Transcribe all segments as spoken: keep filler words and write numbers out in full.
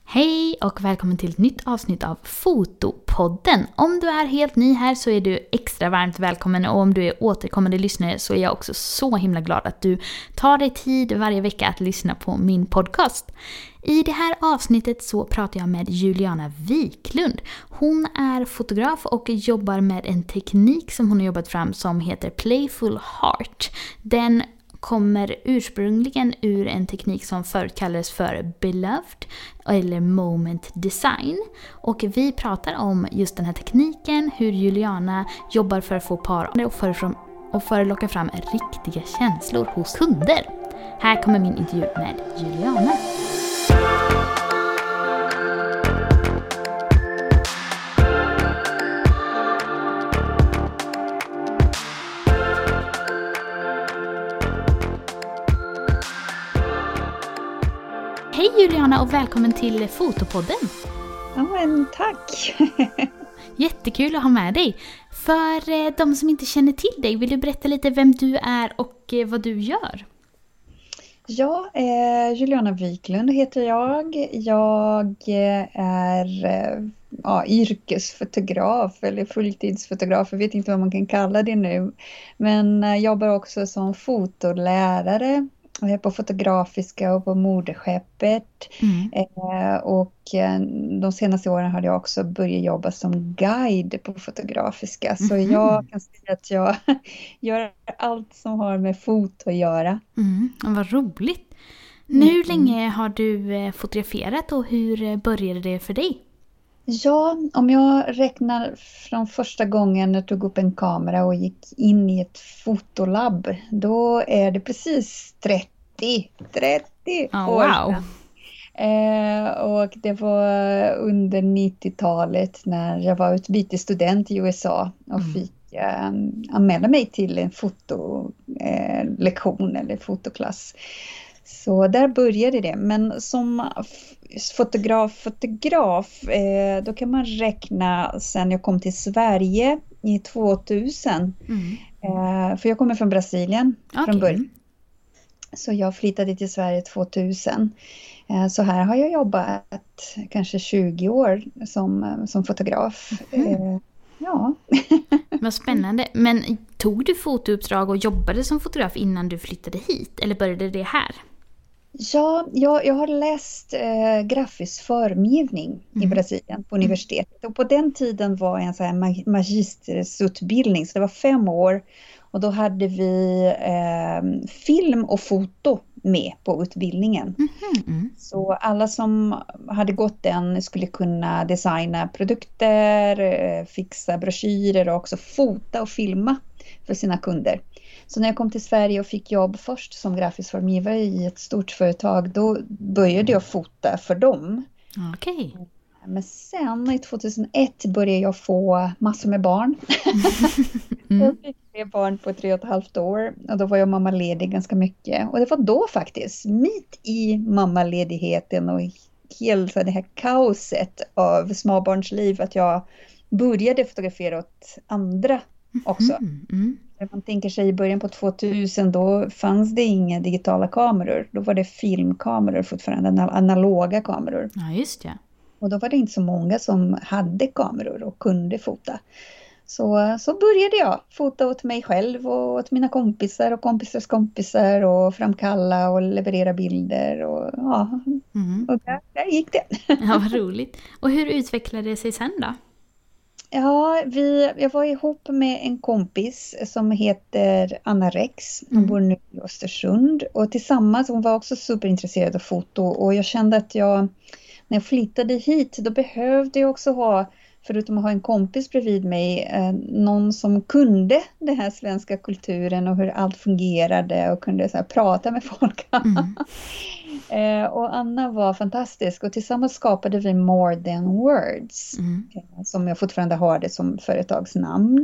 Hej och välkommen till ett nytt avsnitt av Fotopodden. Om du är helt ny här så är du extra varmt välkommen, och om du är återkommande lyssnare så är jag också så himla glad att du tar dig tid varje vecka att lyssna på min podcast. I det här avsnittet så pratar jag med Juliana Wiklund. Hon är fotograf och jobbar med en teknik som hon har jobbat fram som heter Playful Heart. Den kommer ursprungligen ur en teknik som förut kallades för Beloved eller Moment Design. Och vi pratar om just den här tekniken, hur Juliana jobbar för att få par och för, och för att locka fram riktiga känslor hos kunder. Här kommer min intervju med Juliana. Hej Juliana och välkommen till Fotopodden. Ja, men tack. Jättekul att ha med dig. För de som inte känner till dig, vill du berätta lite vem du är och vad du gör? Ja, eh, Juliana Wiklund heter jag. Jag är ja, yrkesfotograf eller fulltidsfotograf. Jag vet inte vad man kan kalla det nu. Men jag jobbar också som fotolärare. Jag är på Fotografiska och på Modeskeppet. Mm. Eh, och de senaste åren har jag också börjat jobba som guide på Fotografiska. Så mm. jag kan säga att jag gör allt som har med foto att göra. Mm. Vad roligt. Mm. Hur länge har du fotograferat och hur började det för dig? Ja, om jag räknar från första gången jag tog upp en kamera och gick in i ett fotolabb, då är det precis trettio, trettio oh, år wow. sedan. Eh, och det var under nittiotalet när jag var utbytesstudent i U S A och mm. fick eh, anmäla mig till en fotolektion eh, eller fotoklass. Så där började det. Men som fotograf, fotograf eh, då kan man räkna sen jag kom till Sverige i tvåtusen. Mm. Eh, för jag kommer från Brasilien okay. från början. Så jag flyttade till Sverige tvåtusen. Eh, så här har jag jobbat kanske tjugo år som, som fotograf. Mm. Eh, ja. Vad spännande. Men tog du fotouppdrag och jobbade som fotograf innan du flyttade hit? Eller började det här? Ja, jag, jag har läst eh, grafisk formgivning mm. i Brasilien på universitetet. Och på den tiden var en så här magistersutbildning, så det var fem år. Och då hade vi eh, film och foto med på utbildningen. Mm. Mm. Så alla som hade gått den skulle kunna designa produkter, eh, fixa broschyrer och också fota och filma för sina kunder. Så när jag kom till Sverige och fick jobb först som grafisk formgivare i ett stort företag, då började jag fota för dem. Okej. Okay. Men sen i tvåtusenett började jag få massor med barn. Mm. Jag fick tre barn på tre och ett halvt år och då var jag mammaledig ganska mycket. Och det var då faktiskt, mitt i mammaledigheten och hela det här kaoset av småbarnsliv, att jag började fotografera åt andra också. Mm. Mm. Man tänker sig i början på tvåtusen, då fanns det inga digitala kameror. Då var det filmkameror fortfarande, analoga kameror. Ja, just det. Och då var det inte så många som hade kameror och kunde fota. Så, så började jag fota åt mig själv och åt mina kompisar och kompisars kompisar och framkalla och leverera bilder. Och, ja, mm. och där, där gick det. Ja, vad roligt. Och hur utvecklade det sig sen då? Ja, vi, jag var ihop med en kompis som heter Anna Rex. Hon mm. bor nu i Östersund. Och tillsammans, hon var också superintresserad av foto. Och jag kände att jag, när jag flyttade hit, då behövde jag också ha, förutom att ha en kompis bredvid mig, eh, någon som kunde den här svenska kulturen och hur allt fungerade och kunde så här, prata med folk. Mm. eh, och Anna var fantastisk och tillsammans skapade vi More Than Words, mm. eh, som jag fortfarande har det som företagsnamn.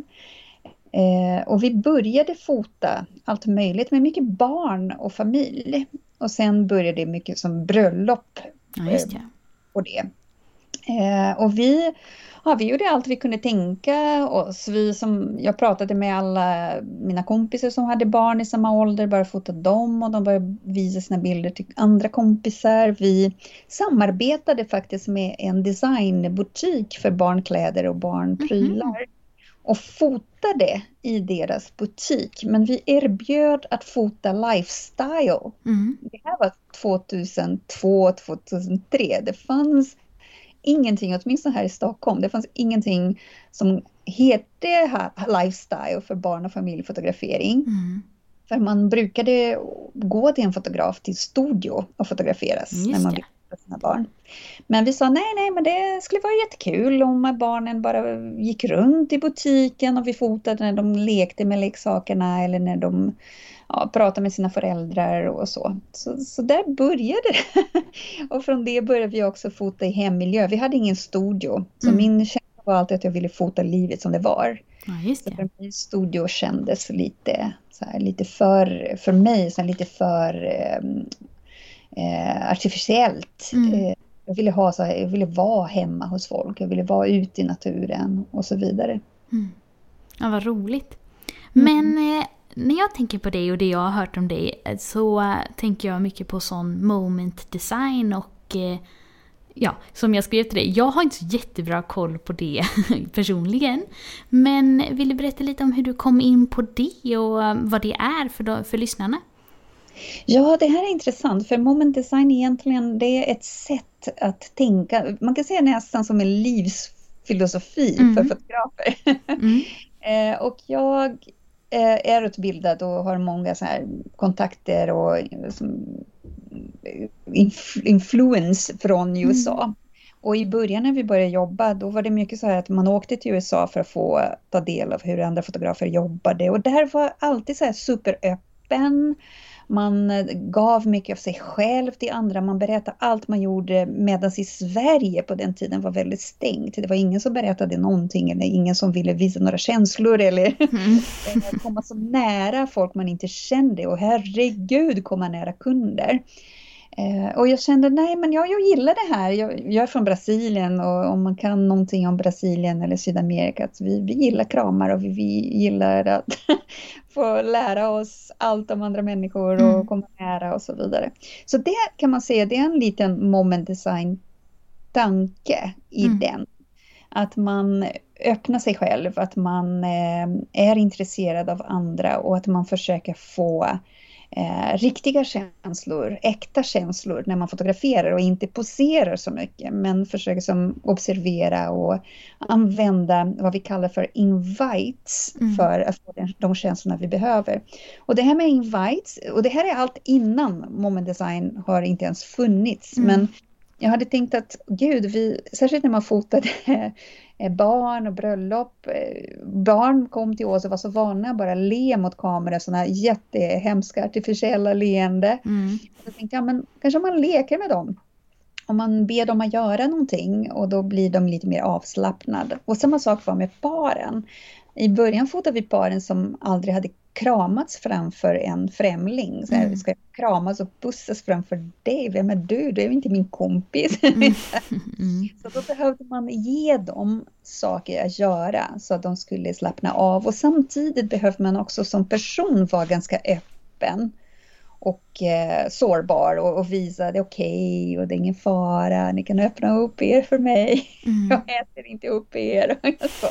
Eh, och vi började fota allt möjligt med mycket barn och familj. Och sen började det mycket som bröllop ja, just det. Eh, och det. Eh, och vi, ja, vi gjorde allt vi kunde tänka oss. Vi som, jag pratade med alla mina kompisar som hade barn i samma ålder, bara fotade dem och de började visa sina bilder till andra kompisar. Vi samarbetade faktiskt med en designbutik för barnkläder och barnprylar. Mm-hmm. Och fotade i deras butik. Men vi erbjöd att fota lifestyle. Mm. Det här var tjugohundratvå tjugohundratre. Det fanns ingenting, åtminstone här i Stockholm. Det fanns ingenting som hette lifestyle för barn- och familjefotografering. Mm. För man brukade gå till en fotograf till studio och fotograferas när man ville för sina barn. Men vi sa nej, nej, men det skulle vara jättekul om barnen bara gick runt i butiken och vi fotade när de lekte med leksakerna eller när de ja, pratade med sina föräldrar och så. Så, så där började det. Och från det började vi också fota i hemmiljö. Vi hade ingen studio. Så mm. min känsla var alltid att jag ville fota livet som det var. Ja, just det. Så för min studio kändes lite, så här, lite för, för mig, så här, lite för eh, artificiellt. Mm. Eh, jag ville ha så här, jag ville vara hemma hos folk. Jag ville vara ute i naturen och så vidare. Mm. Ja, vad roligt. Mm. Men eh, när jag tänker på dig och det jag har hört om dig så äh, tänker jag mycket på sån moment design och äh, ja, som jag skrev till dig. Jag har inte så jättebra koll på det personligen. Men vill du berätta lite om hur du kom in på det och äh, vad det är för, då, för lyssnarna? Ja, det här är intressant för moment design egentligen det är ett sätt att tänka. Man kan säga nästan som en livsfilosofi mm. för fotografer. Mm. eh, och jag är utbildad och har många så här kontakter och som, influens från U S A. Mm. Och i början när vi började jobba då var det mycket så här att man åkte till U S A för att få ta del av hur andra fotografer jobbade. Och det här var alltid så här superöppen. Man gav mycket av sig själv till andra. Man berättade allt man gjorde medan i Sverige på den tiden var väldigt stängt. Det var ingen som berättade någonting eller ingen som ville visa några känslor eller mm. komma så nära folk man inte kände. Och herregud komma nära kunder. Eh, och jag kände, nej men jag, jag gillar det här. Jag, jag är från Brasilien och om man kan någonting om Brasilien eller Sydamerika. Att vi, vi gillar kramar och vi, vi gillar att få lära oss allt om andra människor och mm. komma nära och så vidare. Så det kan man säga, det är en liten moment design tanke i mm. den. Att man öppnar sig själv, att man eh, är intresserad av andra och att man försöker få Eh, riktiga känslor, äkta känslor när man fotograferar och inte poserar så mycket men försöker som observera och använda vad vi kallar för invites mm. för att få den, de känslorna vi behöver. Och det här med invites, och det här är allt innan moment design har inte ens funnits mm. men jag hade tänkt att gud, vi, särskilt när man fotade barn och bröllop. Barn kom till oss och var så vana att bara le mot kameran. Sådana jättehemska artificiella leende. Mm. Jag tänkte, ja men kanske man leker med dem. Om man ber dem att göra någonting och då blir de lite mer avslappnade. Och samma sak var med paren. I början fotade vi paren som aldrig hade kramats framför en främling. Så här, mm. vi ska kramas och pussas framför dig. Vem är du? Du är inte min kompis. Mm. Mm. Så då behövde man ge dem saker att göra så att de skulle slappna av. Och samtidigt behövde man också som person vara ganska öppen och eh, sårbar och, och visa det är okej okay, och det är ingen fara. Ni kan öppna upp er för mig. Mm. Jag äter inte upp er. Så.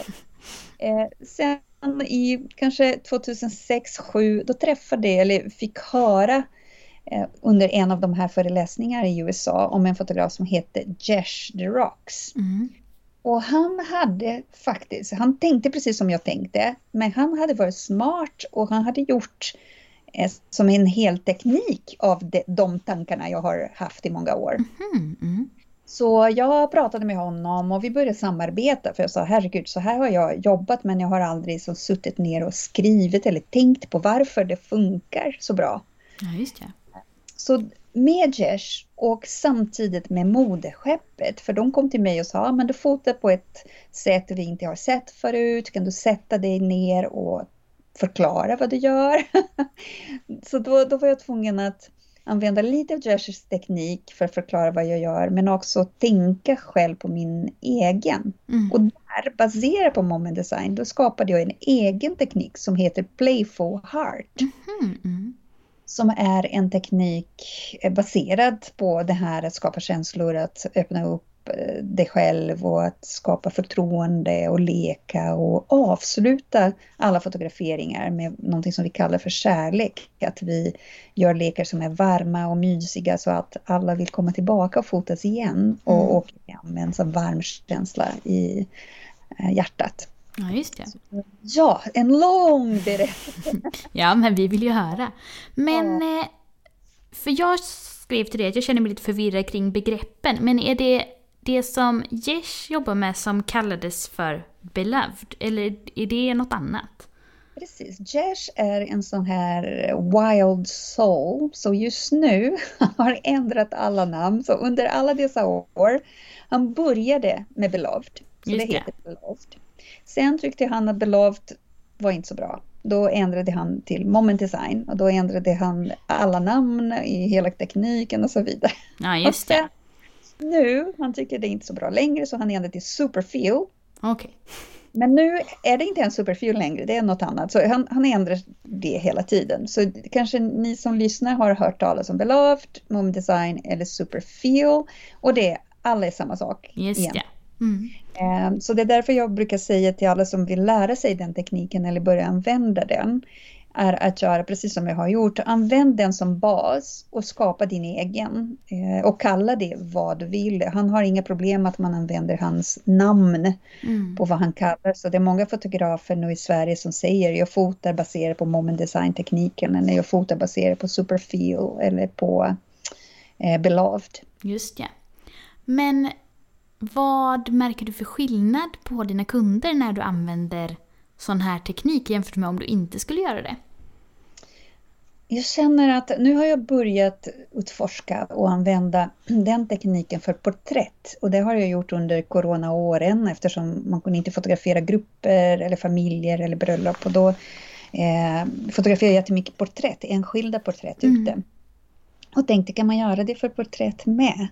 Eh, sen i kanske tjugohundrasex sju då träffade eller fick höra eh, under en av de här föreläsningarna i U S A om en fotograf som hette Jesh the Rocks. Mm. Och han hade faktiskt, han tänkte precis som jag tänkte, men han hade varit smart och han hade gjort eh, som en hel teknik av de, de tankarna jag har haft i många år. Mm. Mm. Så jag pratade med honom och vi började samarbeta för jag sa herregud så här har jag jobbat men jag har aldrig så suttit ner och skrivit eller tänkt på varför det funkar så bra. Ja, just det. Så med Jesh och samtidigt med Modeskeppet för de kom till mig och sa men du fotar på ett sätt vi inte har sett förut, kan du sätta dig ner och förklara vad du gör? Så då, då var jag tvungen att använda lite av Jershers teknik för att förklara vad jag gör, men också tänka själv på min egen. Mm. Och där, baserat på Moment Design, då skapade jag en egen teknik som heter Playful Heart. Mm. Mm. Som är en teknik baserad på det här att skapa känslor, att öppna upp dig själv och att skapa förtroende och leka och avsluta alla fotograferingar med någonting som vi kallar för kärlek. Att vi gör lekar som är varma och mysiga så att alla vill komma tillbaka och fotas igen och mm. åka igen med en sån varm känsla i hjärtat. Ja, just det. Ja, en lång berättelse. Ja, men vi vill ju höra. Men, ja. För jag skrev till dig att jag känner mig lite förvirrad kring begreppen. Men är det det som Jesh jobbar med som kallades för Beloved? Eller är det något annat? Precis. Jesh är en sån här wild soul. Så just nu har ändrat alla namn. Så under alla dessa år, han började med Beloved. Så just det heter det. Beloved. Sen tyckte han att Beloved var inte så bra. Då ändrade han till Moment Design. Och då ändrade han alla namn i hela tekniken och så vidare. Ja, just det. Nu, han tycker det är inte så bra längre, så han ändrade till Superfeel. Okej. Okay. Men nu är det inte en Superfeel längre, det är något annat. Så han, han ändrar det hela tiden. Så kanske ni som lyssnar har hört talas om Beloved, Moment Design eller Superfeel. Och det, alla är samma sak. Just igen. Det. Mm. Så det är därför jag brukar säga till alla som vill lära sig den tekniken eller börja använda den, är att göra precis som jag har gjort. Använd den som bas och skapa din egen. Och kalla det vad du vill. Han har inga problem att man använder hans namn mm. på vad han kallar. Så det är många fotografer nu i Sverige som säger jag fotar baserat på Moment Design-tekniken. Eller jag fotar baserat på Superfeel eller på eh, Beloved. Just det. Men vad märker du för skillnad på dina kunder när du använder sån här teknik jämfört med om du inte skulle göra det? Jag känner att nu har jag börjat utforska och använda den tekniken för porträtt. Och det har jag gjort under coronaåren eftersom man kunde inte fotografera grupper eller familjer eller bröllop. Och då eh, fotograferar jag jättemycket porträtt, enskilda porträtt mm. ute. Och tänkte, kan man göra det för porträtt med?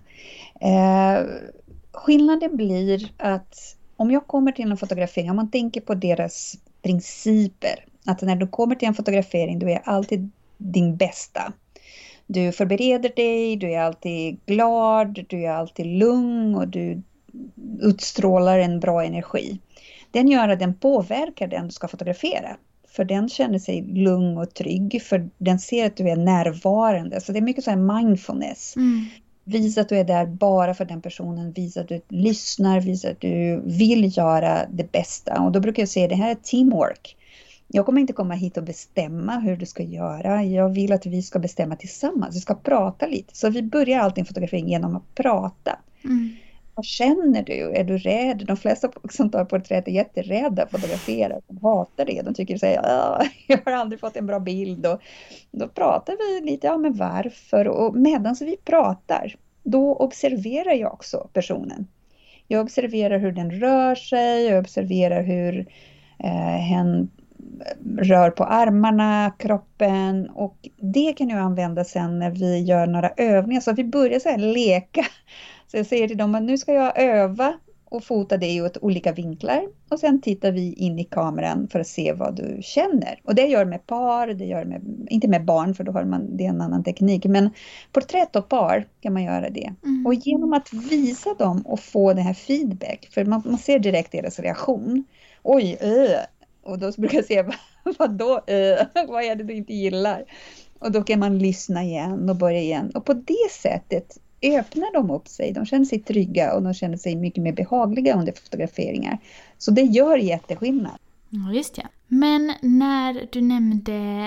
Eh, skillnaden blir att om jag kommer till en fotografering, om man tänker på deras principer, att när du kommer till en fotografering, du är alltid din bästa. Du förbereder dig, du är alltid glad, du är alltid lugn och du utstrålar en bra energi. Den gör att den påverkar den du ska fotografera. För den känner sig lugn och trygg, för den ser att du är närvarande. Så det är mycket så här mindfulness. Mm. Visa att du är där bara för den personen. Visa att du lyssnar. Visa att du vill göra det bästa. Och då brukar jag säga att det här är teamwork. Jag kommer inte komma hit och bestämma hur du ska göra. Jag vill att vi ska bestämma tillsammans. Vi ska prata lite. Så vi börjar alltid en fotografering genom att prata. Mm. Vad känner du? Är du rädd? De flesta som tar porträtt är jätterädda att fotografera. De hatar det. De tycker så här, jag har aldrig fått en bra bild. Och då pratar vi lite, ja men varför? Och medan vi pratar, då observerar jag också personen. Jag observerar hur den rör sig. Jag observerar hur eh, hen rör på armarna, kroppen. Och det kan jag använda sen när vi gör några övningar. Så vi börjar så här leka. Så jag säger till dem att nu ska jag öva och fota dig åt olika vinklar. Och sen tittar vi in i kameran för att se vad du känner. Och det gör med par, det gör med, inte med barn för då har man, det är en annan teknik. Men porträtt och par kan man göra det. Mm. Och genom att visa dem och få den här feedback. För man, man ser direkt deras reaktion. Oj, äh. Och då brukar jag säga, vad då? Äh, vad är det du inte gillar? Och då kan man lyssna igen och börja igen. Och på det sättet öppnar de upp sig. De känner sig trygga och de känner sig mycket mer behagliga under fotograferingar. Så det gör jätteskillnad. Ja, just det. Men när du nämnde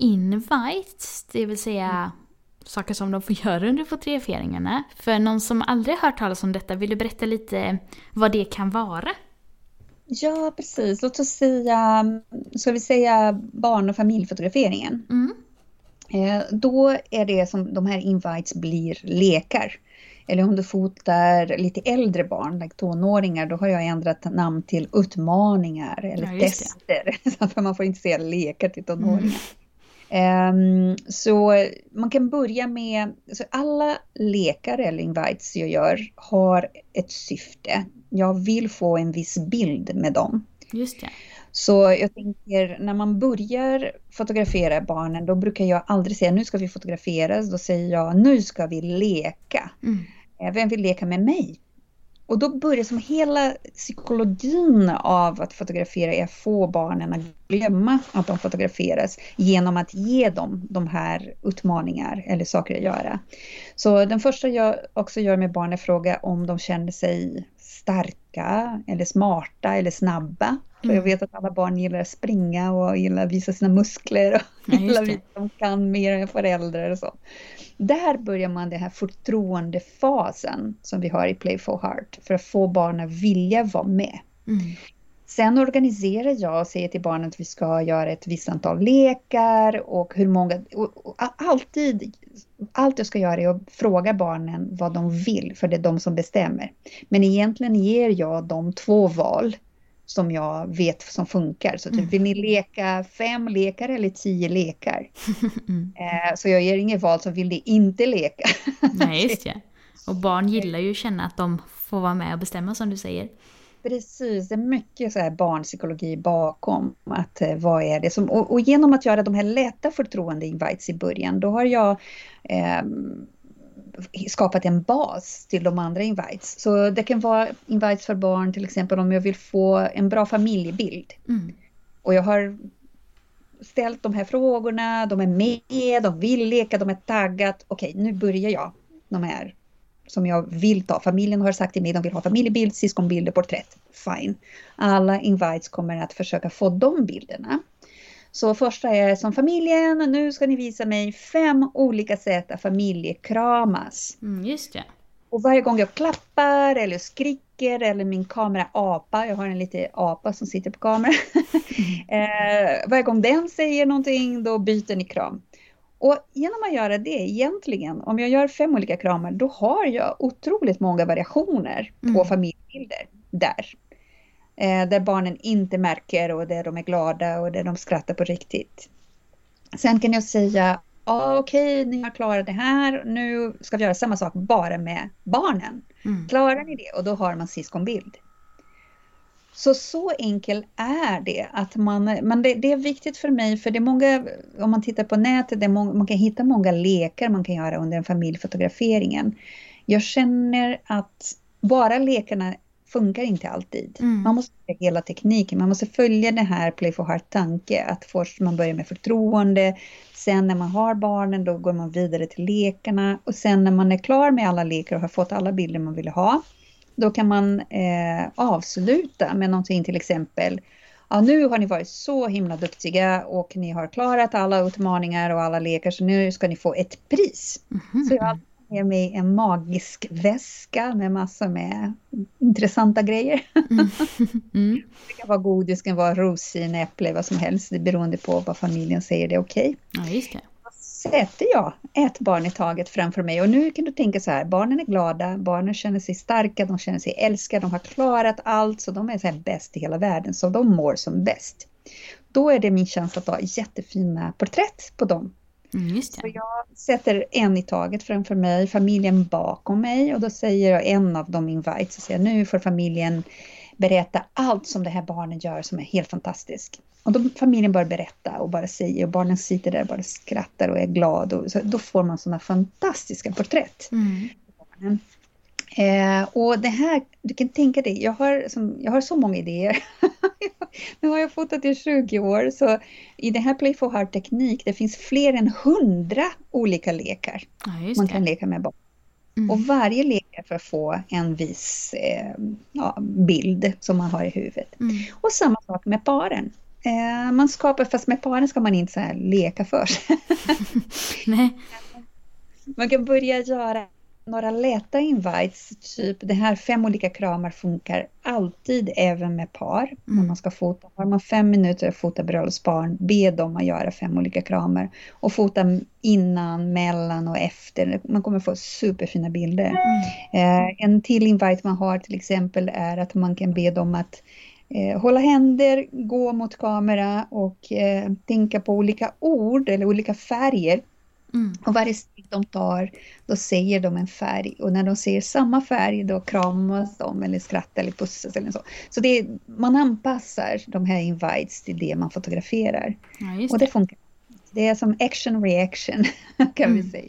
invites, det vill säga mm. saker som de får göra under fotograferingarna. För någon som aldrig hört talas om detta, vill du berätta lite vad det kan vara? Ja, precis. Låt oss säga, ska vi säga barn- och familjefotograferingen. Mm. Då är det som de här invites blir lekar. Eller om du fotar lite äldre barn, like tonåringar, då har jag ändrat namn till utmaningar eller ja, tester. Så man får inte säga lekar till tonåringar. Um, så man kan börja med, så alla lekar eller invites jag gör har ett syfte. Jag vill få en viss bild med dem. Just det. Så jag tänker, när man börjar fotografera barnen, då brukar jag aldrig säga nu ska vi fotograferas. Då säger jag nu ska vi leka. Mm. Vem vill leka med mig? Och då börjar som hela psykologin av att fotografera är att få barnen att glömma att de fotograferas genom att ge dem de här utmaningar eller saker att göra. Så den första jag också gör med barnen är fråga om de känner sig starka eller smarta eller snabba. För Mm. jag vet att alla barn gillar att springa och gillar att visa sina muskler och Ja, gillar att just visa att de kan mer än föräldrar och så. Där börjar man den här förtroendefasen som vi har i Playful Heart för att få barnen vilja vara med. Mm. Sen organiserar jag och säger till barnen att vi ska göra ett visst antal lekar och hur många, och, och alltid, allt jag ska göra är att fråga barnen vad de vill, för det är de som bestämmer. Men egentligen ger jag dem två val som jag vet som funkar. Så typ, vill ni leka fem lekar eller tio lekar? Mm. Eh, så jag ger inget val som vill ni inte leka. Nej, just det. Och barn gillar ju att känna att de får vara med och bestämma, som du säger. Precis, det är mycket så här barnpsykologi bakom. Att, eh, vad är det som, och, och genom att göra de här lätta förtroende invites i början, då har jag eh, skapat en bas till de andra invites. Så det kan vara invites för barn, till exempel om jag vill få en bra familjebild. Mm. Och jag har ställt de här frågorna, de är med, de vill leka, de är taggat. Okej, nu börjar jag de här som jag vill ta. Familjen har sagt till mig, de vill ha familjebild, syskonbilder, porträtt. Fine. Alla invites kommer att försöka få de bilderna. Så första är som familjen, nu ska ni visa mig fem olika sätt att familjekramas. Mm, just det. Och varje gång jag klappar eller skriker eller min kamera apa, jag har en liten apa som sitter på kameran. eh, varje gång den säger någonting, då byter ni kram. Och genom att göra det egentligen, om jag gör fem olika kramar, då har jag otroligt många variationer Mm. på familjebilder där. Eh, där barnen inte märker och där de är glada och där de skrattar på riktigt. Sen kan jag säga, ah, okej, okay, ni har klarat det här, nu ska vi göra samma sak bara med barnen. Mm. Klarar ni det? Och då har man syskonbild. Så så enkel är det. Att man, men det, det är viktigt för mig, för det är många, om man tittar på nätet, det är många, man kan hitta många lekar man kan göra under en familjefotograferingen. Jag känner att bara lekarna funkar inte alltid. Mm. Man måste se hela tekniken. Man måste följa det här Playful Heart-tanke. Att först man börjar med förtroende. Sen när man har barnen, då går man vidare till lekarna. Och sen när man är klar med alla lekar och har fått alla bilder man vill ha, då kan man eh, avsluta med någonting, till exempel. Ja, nu har ni varit så himla duktiga och ni har klarat alla utmaningar och alla lekar, så nu ska ni få ett pris. Mm. Så jag har med mig en magisk väska med massor med intressanta grejer. Mm. Mm. Det kan vara godis, det kan vara rosin, äpple, vad som helst. Det beroende på vad familjen säger det är okej. Ja, just det. Sätter jag ett barn i taget framför mig. Och nu kan du tänka så här, barnen är glada, barnen känner sig starka, de känner sig älskade, de har klarat allt, så de är så här bäst i hela världen, så de mår som bäst. Då är det min chans att ha jättefina porträtt på dem. Mm, just det. Så jag sätter en i taget framför mig, familjen bakom mig, och då säger jag en av de invites och säger, nu får familjen berätta allt som det här barnen gör som är helt fantastiskt. Och då familjen bara berätta och bara säger, och barnen sitter där och bara skrattar och är glad, och så, då får man sådana fantastiska porträtt. Mm. Eh, och det här, du kan tänka dig, jag har, som, jag har så många idéer. Nu har jag fotat i tjugo år, så i det här Playful Heart-teknik, det finns fler än hundra olika lekar Ja, just man det. kan leka med barn. Mm. Och varje lek är för att få en viss eh, ja, bild som man har i huvudet. Mm. Och samma sak med paren. Eh, man skapar, fast med paren ska man inte så här leka för sig. Nej. Man kan börja göra några lätta invites, typ det här fem olika kramar funkar alltid även med par. Mm. När man ska fota, har man fem minuter att fota bröllopsbarn, be dem att göra fem olika kramar. Och fota innan, mellan och efter. Man kommer få superfina bilder. Mm. Eh, en till invite man har till exempel är att man kan be dem att eh, hålla händer, gå mot kamera och eh, tänka på olika ord eller olika färger. Mm. Och varje steg de tar, då säger de en färg. Och när de ser samma färg, då kramas de eller skrattar eller pussas eller så. Så det är, man anpassar de här invites till det man fotograferar. Ja, just och det det. funkar. Det är som action reaction kan Mm. vi säga.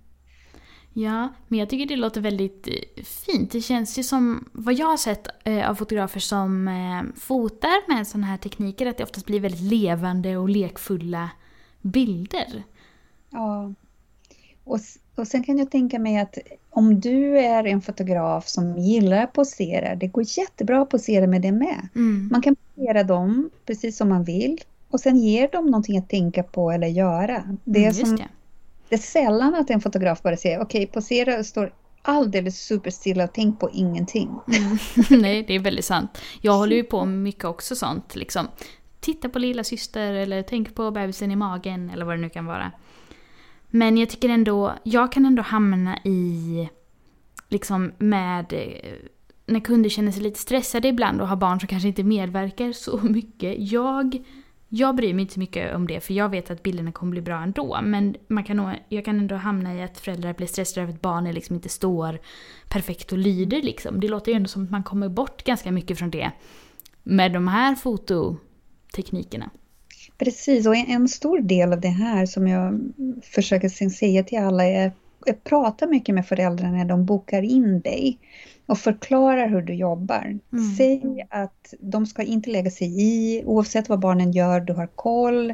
Ja, men jag tycker det låter väldigt eh, fint. Det känns ju som, vad jag har sett eh, av fotografer som eh, fotar med sådana här tekniker, att det oftast blir väldigt levande och lekfulla bilder. Ja. Och, och sen kan jag tänka mig att om du är en fotograf som gillar att posera, det går jättebra att posera med det med. Mm. Man kan posera dem precis som man vill och sen ger dem någonting att tänka på eller göra. Det är, Mm, just som, det. det är sällan att en fotograf bara säger okej, okay, posera och står alldeles superstilla och tänk på ingenting. Mm. Nej, det är väldigt sant. Jag håller ju på mycket också sånt. Liksom. Titta på lilla syster eller tänk på bebisen i magen eller vad det nu kan vara. Men jag tycker ändå, jag kan ändå hamna i, liksom med, när kunder känner sig lite stressade ibland och har barn som kanske inte medverkar så mycket. Jag, jag bryr mig inte så mycket om det för jag vet att bilderna kommer bli bra ändå. Men man kan nog, jag kan ändå hamna i att föräldrar blir stressade över att barnen liksom inte står perfekt och lyder. Liksom. Det låter ju ändå som att man kommer bort ganska mycket från det med de här fototeknikerna. Precis, och en, en stor del av det här som jag försöker säga till alla är att prata mycket med föräldrarna när de bokar in dig och förklarar hur du jobbar. Mm. Säg att de ska inte lägga sig i, oavsett vad barnen gör, du har koll.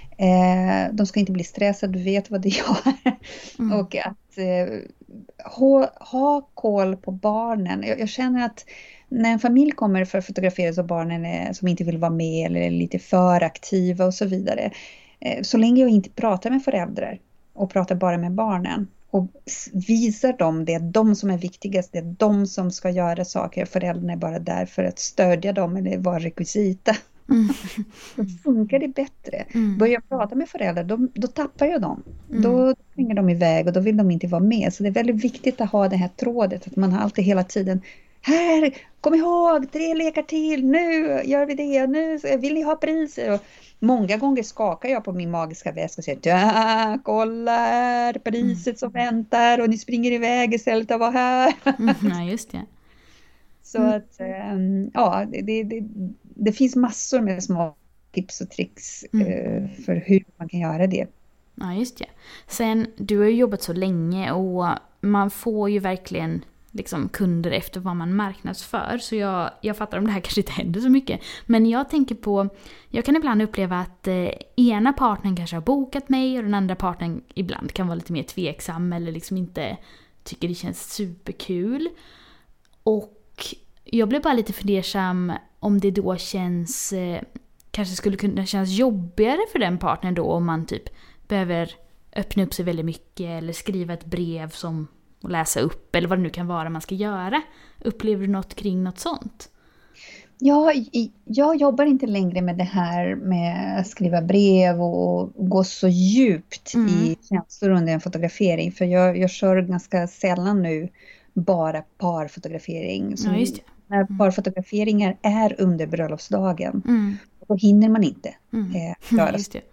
Eh, de ska inte bli stressade, du vet vad du gör. Mm. Och att eh, ha, ha koll på barnen. Jag, jag känner att när en familj kommer för att fotografera så barnen är, som inte vill vara med eller är lite för aktiva och så vidare. Eh, så länge jag inte pratar med föräldrar och pratar bara med barnen och visar dem det är de som är viktigast, det är de som ska göra saker. Föräldrarna är bara där för att stödja dem eller vara rekvisita. Mm. Då funkar det bättre. Mm. Börjar jag prata med föräldrar, då, då tappar jag dem. Mm. Då springer de iväg och då vill de inte vara med. Så det är väldigt viktigt att ha det här trådet, att man har alltid hela tiden här, kom ihåg, tre lekar till, nu gör vi det, nu vill ni ha priser. Och många gånger skakar jag på min magiska väska och säger, ja, kolla här, priset mm. som väntar och ni springer iväg istället att vara här. Mm, ja, just det. Så mm. att, ja, det, det, det finns massor med små tips och tricks mm. för hur man kan göra det. Ja, just det. Sen, du har ju jobbat så länge och man får ju verkligen liksom kunder efter vad man marknadsför. Så jag, jag fattar om det här kanske inte händer så mycket. Men jag tänker på, jag kan ibland uppleva att eh, ena partnern kanske har bokat mig och den andra partnern ibland kan vara lite mer tveksam eller liksom inte tycker det känns superkul. Och jag blev bara lite fundersam om det då känns, eh, kanske skulle kunna kännas jobbigare för den partnern då om man typ behöver öppna upp sig väldigt mycket eller skriva ett brev som och läsa upp eller vad det nu kan vara man ska göra. Upplever du något kring något sånt? Ja, jag jobbar inte längre med det här med att skriva brev och gå så djupt mm. i känslor under en fotografering. För jag, jag kör ganska sällan nu bara parfotografering. Så ja, just det. När parfotograferingar är under bröllopsdagen mm. då hinner man inte mm. eh, göra ja, just det.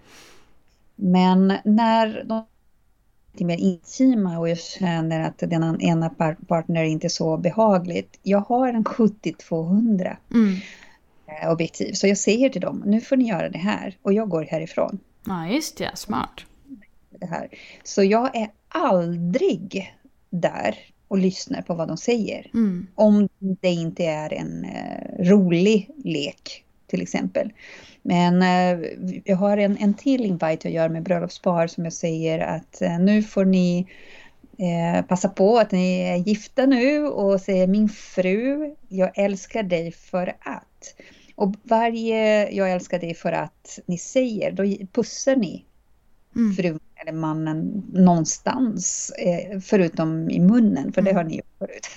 Men när de är mer intima och jag känner att den ena partner är inte så behagligt. Jag har en sjuttio tvåhundra mm. objektiv. Så jag säger till dem, nu får ni göra det här. Och jag går härifrån. Ja, just det. Smart. Det här. Så jag är aldrig där och lyssnar på vad de säger. Mm. Om det inte är en uh, rolig lek till exempel. Men eh, jag har en, en till invite jag gör med bröllopspar som jag säger att eh, nu får ni eh, passa på att ni är gifta nu och säger min fru, jag älskar dig för att. Och varje jag älskar dig för att ni säger, då pussar ni mm. frun eller mannen någonstans eh, förutom i munnen, för det har ni gjort förut.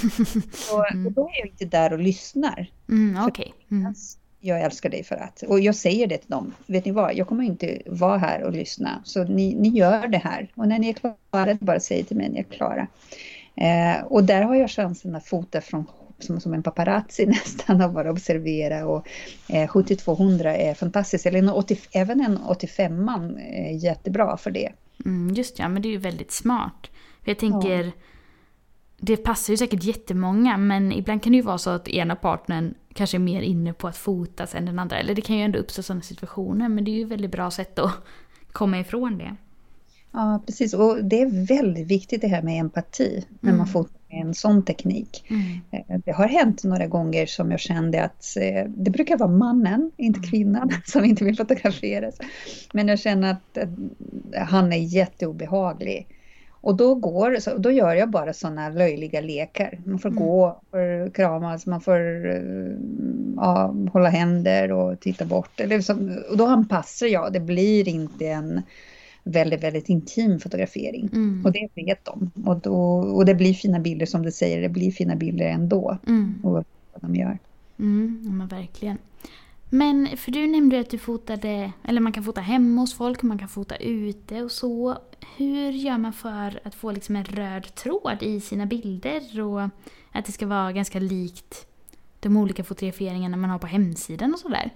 Så, mm. och då är jag inte där och lyssnar. Mm, okej. Okay. Mm. Jag älskar dig för att. Och jag säger det till dem. Vet ni vad? Jag kommer inte vara här och lyssna. Så ni, ni gör det här. Och när ni är klara, bara säg till mig när ni är klara. Eh, och där har jag chansen att fota från som, som en paparazzi nästan och bara observera. Och eh, sju till tvåhundra är fantastiskt. Eller en åttio, även en åttiofem är jättebra för det. Mm, just ja, men det är ju väldigt smart. För jag tänker, ja. Det passar ju säkert jättemånga, men ibland kan det ju vara så att ena partnern kanske är mer inne på att fotas än den andra. Eller det kan ju ändå uppstå sådana situationer, men det är ju ett väldigt bra sätt att komma ifrån det. Ja, precis. Och det är väldigt viktigt det här med empati när Mm. man fotar med en sån teknik. Mm. Det har hänt några gånger som jag kände att det brukar vara mannen, inte kvinnan, som inte vill fotograferas. Men jag känner att han är jätteobehaglig. Och då, går, då gör jag bara sådana löjliga lekar. Man får mm. gå, får kramas, man får ja, hålla händer och titta bort. Eller så, och då anpassar jag, det blir inte en väldigt, väldigt intim fotografering. Mm. Och det vet de. Och, då, och det blir fina bilder som du säger, det blir fina bilder ändå. Mm. Och vad de gör. Mm, ja, men verkligen. Men för du nämnde att du fotade, eller man kan fota hemma hos folk, man kan fota ute och så. Hur gör man för att få liksom en röd tråd i sina bilder och att det ska vara ganska likt de olika fotograferingarna man har på hemsidan och sådär?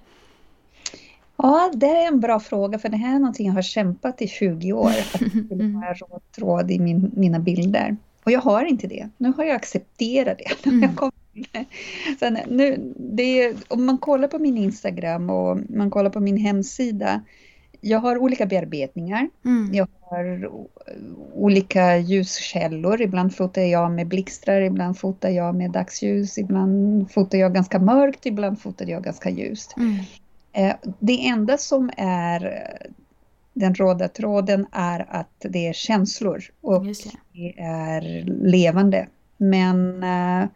Ja, det är en bra fråga, för det här är någonting jag har kämpat i tjugo år. Att jag skulle ha en röd tråd i min, mina bilder. Och jag har inte det. Nu har jag accepterat det. Mm. Jag kom Sen, nu, det är, om man kollar på min Instagram och man kollar på min hemsida, jag har olika bearbetningar. Mm. Jag har olika ljuskällor. Ibland fotar jag med blixtrar, ibland fotar jag med dagsljus, ibland fotar jag ganska mörkt, ibland fotar jag ganska ljust. Mm. Eh, det enda som är den röda tråden är att det är känslor och det. det är levande. Men eh,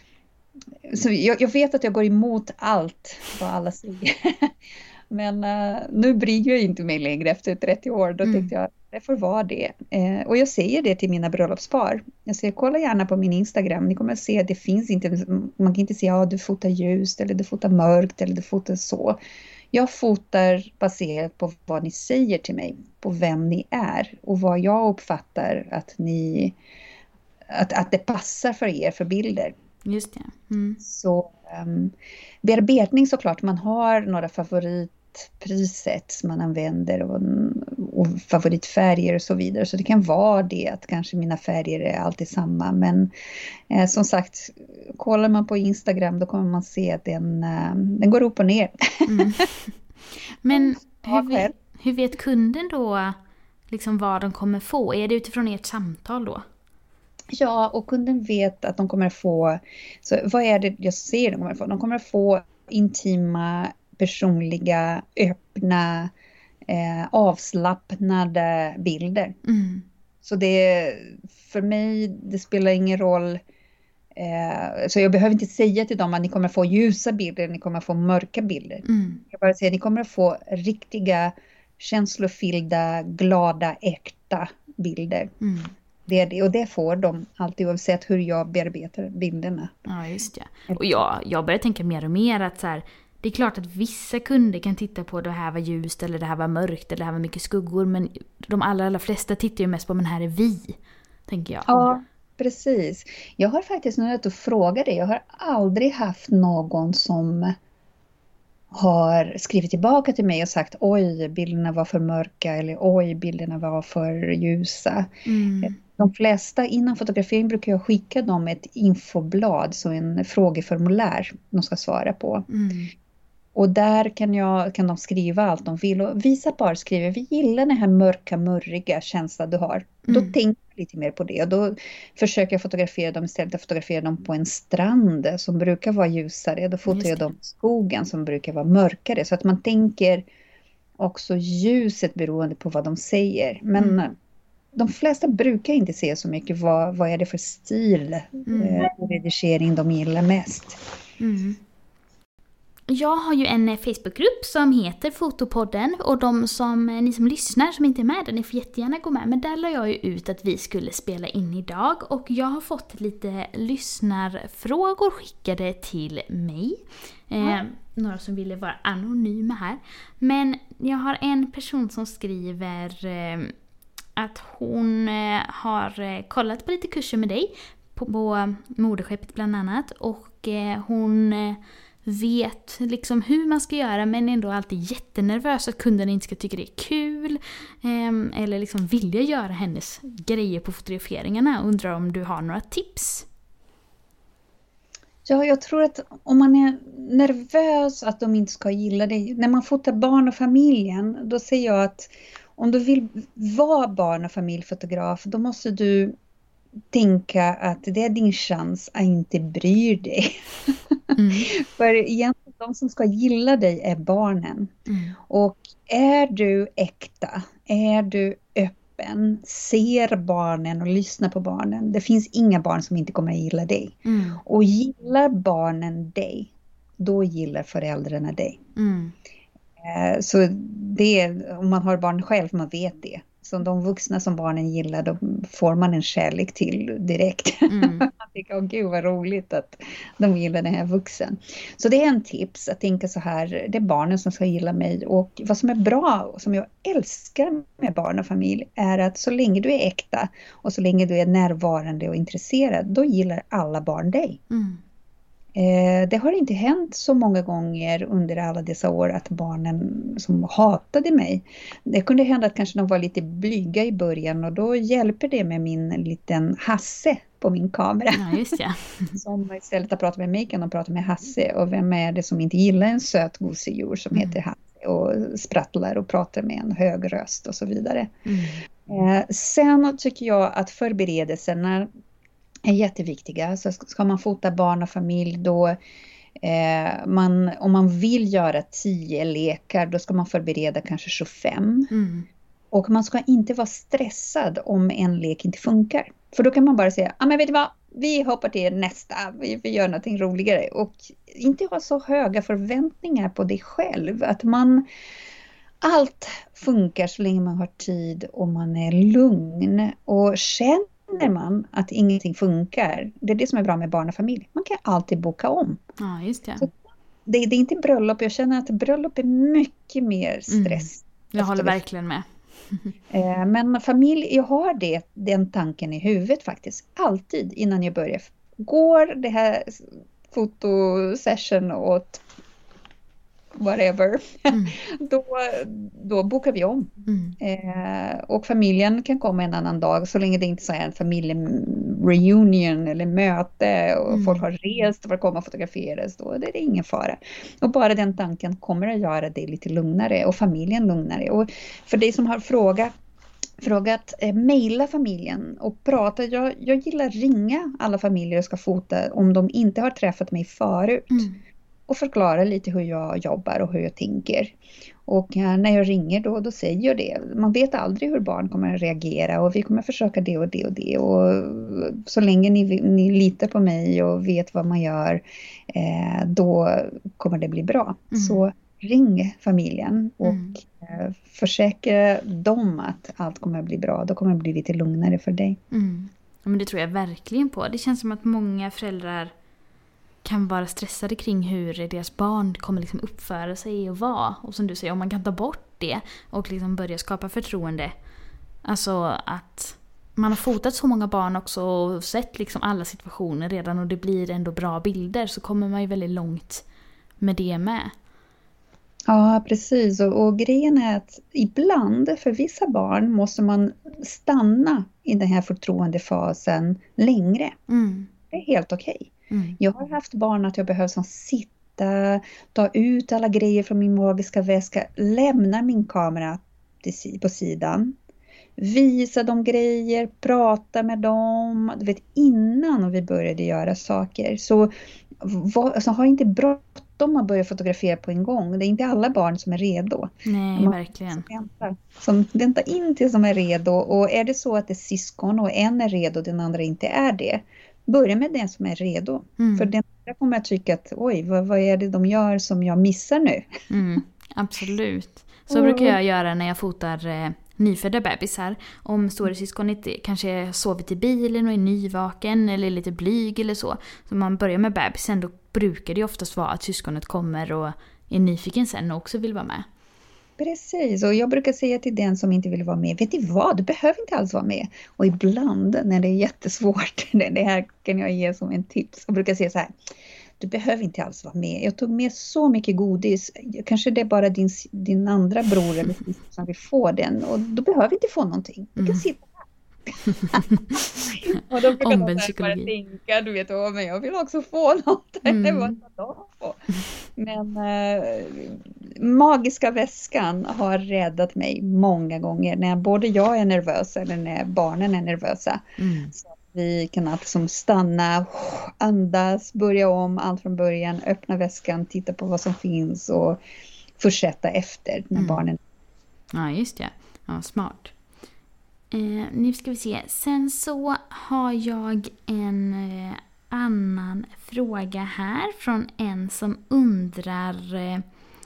så jag, jag vet att jag går emot allt vad alla säger. Men uh, nu bryr jag inte mig längre efter trettio år. Då mm. tyckte jag det får vara det. Eh, och jag säger det till mina bröllopspar. Jag säger, kolla gärna på min Instagram. Ni kommer att se att det finns inte, man kan inte säga att ja, du fotar ljust eller du fotar mörkt eller du fotar så. Jag fotar baserat på vad ni säger till mig. På vem ni är. Och vad jag uppfattar att ni att, att det passar för er för bilder. Just det. Mm. Så um, bearbetning såklart, man har några favoritpreset man använder och, och favoritfärger och så vidare. Så det kan vara det att kanske mina färger är alltid samma. Men eh, som sagt, kollar man på Instagram då kommer man se att den, uh, den går upp och ner. Mm. Men hur vet, hur vet kunden då liksom vad de kommer få? Är det utifrån ert samtal då? Ja, och kunden vet att de kommer att få, så vad är det jag ser de kommer att få? De kommer att få intima, personliga, öppna, eh, avslappnade bilder. Mm. Så det, för mig, det spelar ingen roll, eh, så jag behöver inte säga till dem att ni kommer att få ljusa bilder, ni kommer att få mörka bilder. Mm. Jag bara säger att ni kommer att få riktiga, känslofyllda, glada, äkta bilder. Mm. Det är det, och det får de alltid oavsett hur jag bearbetar bilderna. Ja, just det. Och jag, jag börjar tänka mer och mer att så här, det är klart att vissa kunder kan titta på det här var ljust eller det här var mörkt eller det här var mycket skuggor, men de allra, allra flesta tittar ju mest på men här är vi, tänker jag. Ja, precis. Jag har faktiskt nu att fråga dig, jag har aldrig haft någon som har skrivit tillbaka till mig och sagt oj, bilderna var för mörka eller oj, bilderna var för ljusa. Mm. De flesta innan fotografering brukar jag skicka dem ett infoblad, så en frågeformulär de ska svara på. Mm. Och där kan, jag, kan de skriva allt de vill. Och vissa par skriver, vi gillar den här mörka, mörriga känslan du har. Mm. Då tänker jag lite mer på det. Och då försöker jag fotografera dem istället för att fotografera dem på en strand som brukar vara ljusare. Då fotar jag dem i skogen som brukar vara mörkare. Så att man tänker också ljuset beroende på vad de säger. Men mm. de flesta brukar inte se så mycket vad, vad är det för stil mm. eh, redigering de gillar mest. Mm. Jag har ju en Facebookgrupp som heter Fotopodden, och de som, ni som lyssnar som inte är med, ni får jättegärna gå med. Men där la jag ju ut att vi skulle spela in idag, och jag har fått lite lyssnarfrågor skickade till mig. Mm. Eh, några som ville vara anonyma här. Men jag har en person som skriver eh, att hon eh, har kollat på lite kurser med dig på, på moderskeppet bland annat. Och eh, hon eh, vet liksom hur man ska göra, men ändå alltid jättenervös att kunderna inte ska tycka det är kul. Eh, eller liksom vilja göra hennes grejer på fotograferingarna. Undrar om du har några tips? Ja, jag tror att om man är nervös att de inte ska gilla det. När man fotar barn och familjen, då säger jag att om du vill vara barn- och familjfotograf, då måste du tänka att det är din chans att inte bry dig. Mm. För egentligen de som ska gilla dig är barnen. Mm. Och är du äkta, är du öppen, ser barnen och lyssnar på barnen. Det finns inga barn som inte kommer att gilla dig. Mm. Och gillar barnen dig, då gillar föräldrarna dig. Mm. Så det är, om man har barn själv, man vet det. Så de vuxna som barnen gillar, då får man en kärlek till direkt. Mm. Man tycker, åh gud vad roligt att de gillar den här vuxen. Så det är en tips att tänka så här, det är barnen som ska gilla mig. Och vad som är bra, och som jag älskar med barn och familj, är att så länge du är äkta och så länge du är närvarande och intresserad, då gillar alla barn dig. Mm. Det har inte hänt så många gånger under alla dessa år att barnen som hatade mig. Det kunde hända att kanske de var lite blyga i början, och då hjälper det med min liten Hasse på min kamera. Ja, just det. Som istället att prata med mig kan de prata med Hasse. Och vem är det som inte gillar en söt gosedjur som mm. heter Hasse och sprattlar och pratar med en hög röst och så vidare. Mm. Sen tycker jag att förberedelserna är jätteviktiga. Så ska man fota barn och familj, då eh, man, om man vill göra tio lekar, då ska man förbereda kanske tjugofem. Mm. Och man ska inte vara stressad om en lek inte funkar. För då kan man bara säga, ja ah, men vet du vad, vi hoppar till nästa, vi, vi gör någonting roligare. Och inte ha så höga förväntningar på dig själv. Att man, allt funkar så länge man har tid och man är lugn och känner. När man att ingenting funkar, det är det som är bra med barn och familj. Man kan alltid boka om. Ja, just det. Så det, det är inte bröllop. Jag känner att bröllop är mycket mer stress. Mm. Jag håller verkligen med. Men familj, jag har det, den tanken i huvudet faktiskt. Alltid innan jag börjar. Går det här fotosession åt whatever, mm. då, då bokar vi om. Mm. Eh, och familjen kan komma en annan dag, så länge det inte är en familjereunion eller möte och mm. folk har rest för att komma och fotograferas, då är det ingen fara. Och bara den tanken kommer att göra det lite lugnare och familjen lugnare. Och för dig som har frågat frågat, eh, mejla familjen och prata. Jag, jag gillar ringa alla familjer och ska fota om de inte har träffat mig förut. Mm. Och förklara lite hur jag jobbar och hur jag tänker. Och äh, när jag ringer då, då säger jag det. Man vet aldrig hur barn kommer att reagera. Och vi kommer att försöka det och det och det. Och så länge ni, ni litar på mig och vet vad man gör, eh, då kommer det bli bra. Mm. Så ring familjen och mm. eh, försäkra dem att allt kommer att bli bra. Då kommer det bli lite lugnare för dig. Mm. Ja, men det tror jag verkligen på. Det känns som att många föräldrar kan vara stressade kring hur deras barn kommer liksom uppföra sig och vara. Och som du säger, om man kan ta bort det och liksom börja skapa förtroende. Alltså att man har fotat så många barn också och sett liksom alla situationer redan, och det blir ändå bra bilder, så kommer man ju väldigt långt med det med. Ja, precis. Och, och grejen är att ibland för vissa barn måste man stanna i den här förtroendefasen längre. Mm. Det är helt okej. Mm. Jag har haft barn att jag behöver som sitta, ta ut alla grejer från min magiska väska, lämna min kamera till, på sidan, visa dem grejer, prata med dem, du vet, innan vi började göra saker. Så var, alltså, ha inte bråttom att börja fotografera på en gång. Det är inte alla barn som är redo. Nej, man verkligen. Vänta, som väntar in tills de är redo. Och är det så att det är syskon och en är redo och den andra inte är det, börja med den som är redo. Mm. För den andra kommer att tycka att oj, vad, vad är det de gör som jag missar nu? Mm, absolut. Så brukar jag göra när jag fotar eh, nyfödda bebisar. Om storasyskonet kanske sovit i bilen och är nyvaken eller lite blyg eller så. Så man börjar med bebisen, då brukar det oftast vara att syskonet kommer och är nyfiken sen och också vill vara med. Precis, och jag brukar säga till den som inte vill vara med, vet du vad, du behöver inte alls vara med. Och ibland när det är jättesvårt, det här kan jag ge som en tips, jag brukar säga så här, du behöver inte alls vara med. Jag tog med så mycket godis, kanske det är bara din, din andra bror eller syster som vill få den, och du behöver inte få någonting. Du kan Mm. sitta här. Och då brukar Omvänd de bara psykologi. tänka, du vet, åh, men jag vill också få något. Mm. Vad ska de få? Men äh, magiska väskan har räddat mig många gånger när både jag är nervös eller när barnen är nervösa. Mm. Så att vi kan alltså stanna, andas, börja om allt från början, öppna väskan, titta på vad som finns och fortsätta efter när Mm. barnen... Ja, just det. Ja, smart. Eh, nu ska vi se. Sen så har jag en eh, annan fråga här från en som undrar eh,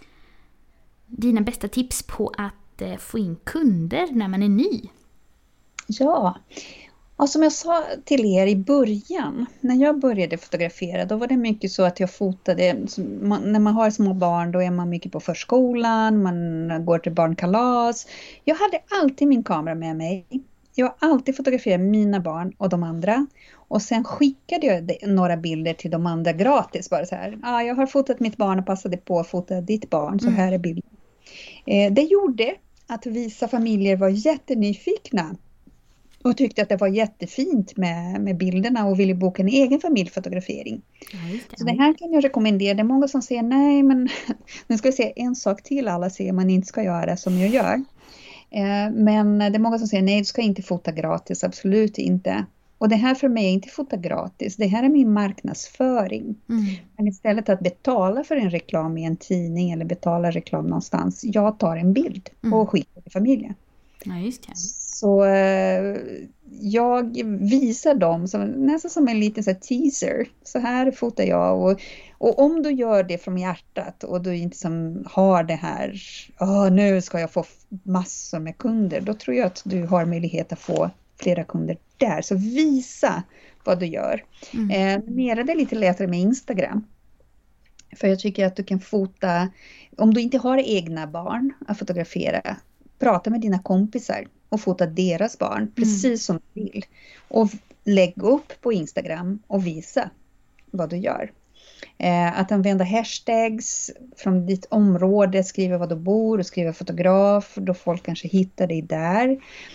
dina bästa tips på att eh, få in kunder när man är ny. Ja, och som jag sa till er i början, när jag började fotografera, då var det mycket så att jag fotade, när man har små barn då är man mycket på förskolan, man går till barnkalas. Jag hade alltid min kamera med mig. Jag har alltid fotograferat mina barn och de andra. Och sen skickade jag några bilder till de andra gratis. Bara så här, ah, jag har fotat mitt barn och passade på att fota ditt barn, så här är bilden. Eh, det gjorde att vissa familjer var jättenyfikna. Och tyckte att det var jättefint med, med bilderna och ville boka en egen familjfotografering. Ja, just det. Så det här kan jag rekommendera. Det är många som säger nej, men nu ska jag säga en sak till alla säger man inte ska göra som jag gör. Eh, men det är många som säger nej, du ska inte fota gratis, absolut inte. Och det här för mig är inte fota gratis, det här är min marknadsföring. Mm. Men istället att betala för en reklam i en tidning eller betala reklam någonstans, jag tar en bild Mm. och skickar till familjen. Ja, just det. Så eh, jag visar dem som, nästan som en liten så här, teaser. Så här fotar jag. Och, och om du gör det från hjärtat och du inte som har det här, oh, nu ska jag få massor med kunder. Då tror jag att du har möjlighet att få flera kunder där. Så visa vad du gör. Mm. Eh, mera det är lite lättare med Instagram. För jag tycker att du kan fota, om du inte har egna barn att fotografera, prata med dina kompisar och fota deras barn precis som du vill. Och lägg upp på Instagram och visa vad du gör. Eh, att använda hashtags från ditt område, skriva var du bor och skriva fotograf, då folk kanske hittar dig där.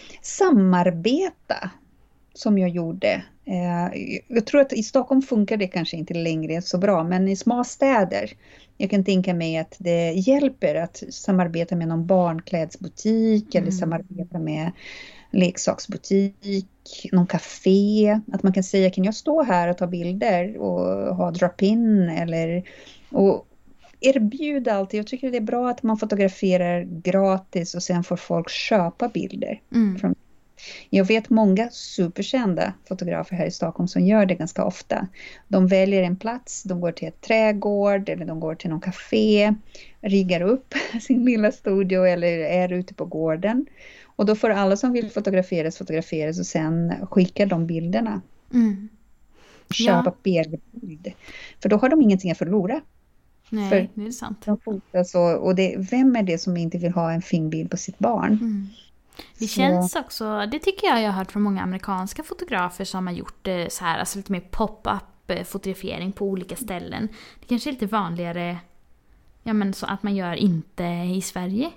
Samarbeta som jag gjorde. Eh, jag tror att i Stockholm funkar det kanske inte längre så bra, men i små städer, jag kan tänka mig att det hjälper att samarbeta med någon barnklädsbutik mm. eller samarbeta med leksaksbutik, någon café. Att man kan säga, kan jag stå här och ta bilder och ha drop-in eller och erbjuda alltid. Jag tycker det är bra att man fotograferar gratis och sen får folk köpa bilder. Mm. Från Jag vet många superkända fotografer här i Stockholm som gör det ganska ofta. De väljer en plats, de går till ett trädgård eller de går till någon café, riggar upp sin lilla studio eller är ute på gården. Och då får alla som vill fotograferas fotograferas och sen skickar de bilderna. Mm. Köpa Ja. bild. För då har de ingenting att förlora. Nej, För det är sant. de fotas och, och det, vem är det som inte vill ha en fin bild på sitt barn? Mm. Det Så. känns också, det tycker jag jag har hört från många amerikanska fotografer som har gjort det så här, alltså lite mer pop-up fotografering på olika ställen. Det kanske är lite vanligare, ja men så att man gör inte i Sverige.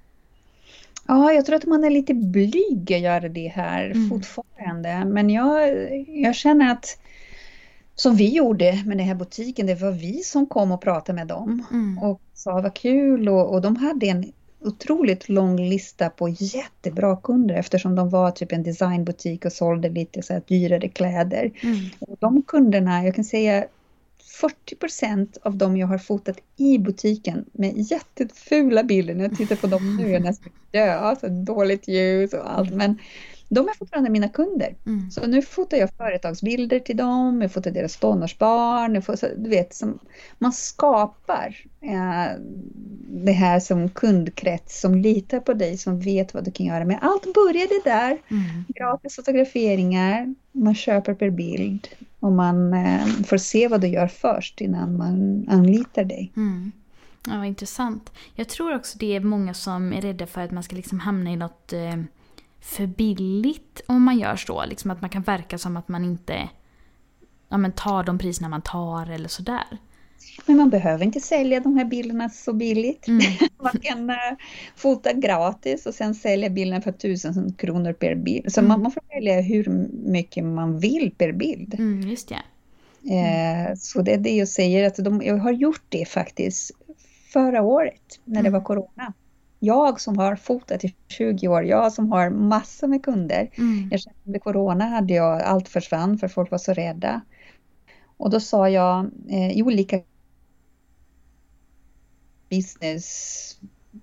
Ja, jag tror att man är lite blyg att göra det här Mm. fortfarande. Men jag, jag känner att som vi gjorde med den här butiken, det var vi som kom och pratade med dem. Mm. Och sa vad kul och, och de hade en otroligt lång lista på jättebra kunder eftersom de var typ en designbutik och sålde lite så här dyrare kläder. Mm. Och de kunderna, jag kan säga fyrtio procent av dem jag har fotat i butiken med jättefula bilder. När jag tittar på dem nu är jag nästan dö, alltså dåligt ljus och allt. Men de är fortfarande mina kunder. Mm. Så nu fotar jag företagsbilder till dem, jag fotar deras tonårsbarn. Jag får, så, du vet, som, man skapar eh, det här som kundkrets som litar på dig, som vet vad du kan göra med. Allt började där. Mm. Gratis fotograferingar, man köper per bild och man eh, får se vad du gör först innan man anlitar dig. Mm. Ja, vad intressant. Jag tror också det är många som är rädda för att man ska liksom hamna i något eh, för billigt om man gör så. Liksom att man kan verka som att man inte ja, men tar de priserna man tar eller sådär. Men man behöver inte sälja de här bilderna så billigt. Mm. Man kan uh, fota gratis och sen sälja bilden för tusen kronor per bild. Så mm. man, man får välja hur mycket man vill per bild. Mm, just det. Mm. Eh, så det är det jag säger, att de, jag har gjort det faktiskt förra året när det mm. var corona. Jag som har fotat i tjugo år, jag som har massor med kunder. Mm. Jag kände under corona hade jag, allt försvann för folk var så rädda. Och då sa jag eh, i olika business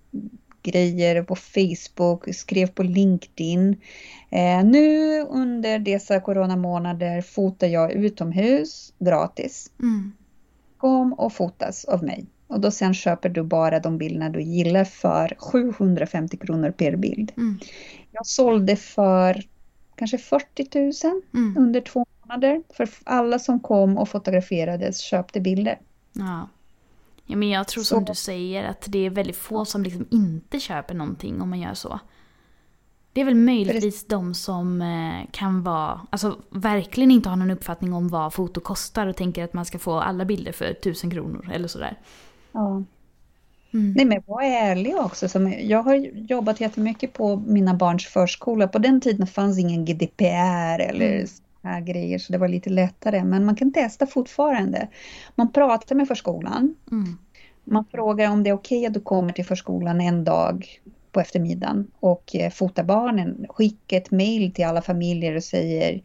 grejer på Facebook, skrev på LinkedIn. Eh, nu under dessa coronamånader fotar jag utomhus gratis. Mm. Kom och fotas av mig. Och då sen köper du bara de bilderna du gillar för sjuhundrafemtio kronor per bild. Mm. Jag sålde för kanske fyrtio tusen mm. under två månader. För alla som kom och fotograferades köpte bilder. Ja. Ja, men jag tror som så. Du säger att det är väldigt få som liksom inte köper någonting om man gör så. Det är väl möjligtvis det... de som kan vara, alltså verkligen inte har någon uppfattning om vad foto kostar och tänker att man ska få alla bilder för tusen kronor eller sådär. Ja. Mm. Nej, men var ärlig också. Som jag har jobbat jättemycket på mina barns förskola. På den tiden fanns ingen G D P R eller mm. här grejer, så det var lite lättare. Men man kan testa fortfarande. Man pratar med förskolan. Mm. Man frågar om det är okej att du kommer till förskolan en dag på eftermiddagen och fotar barnen. Skicka ett mejl till alla familjer och säger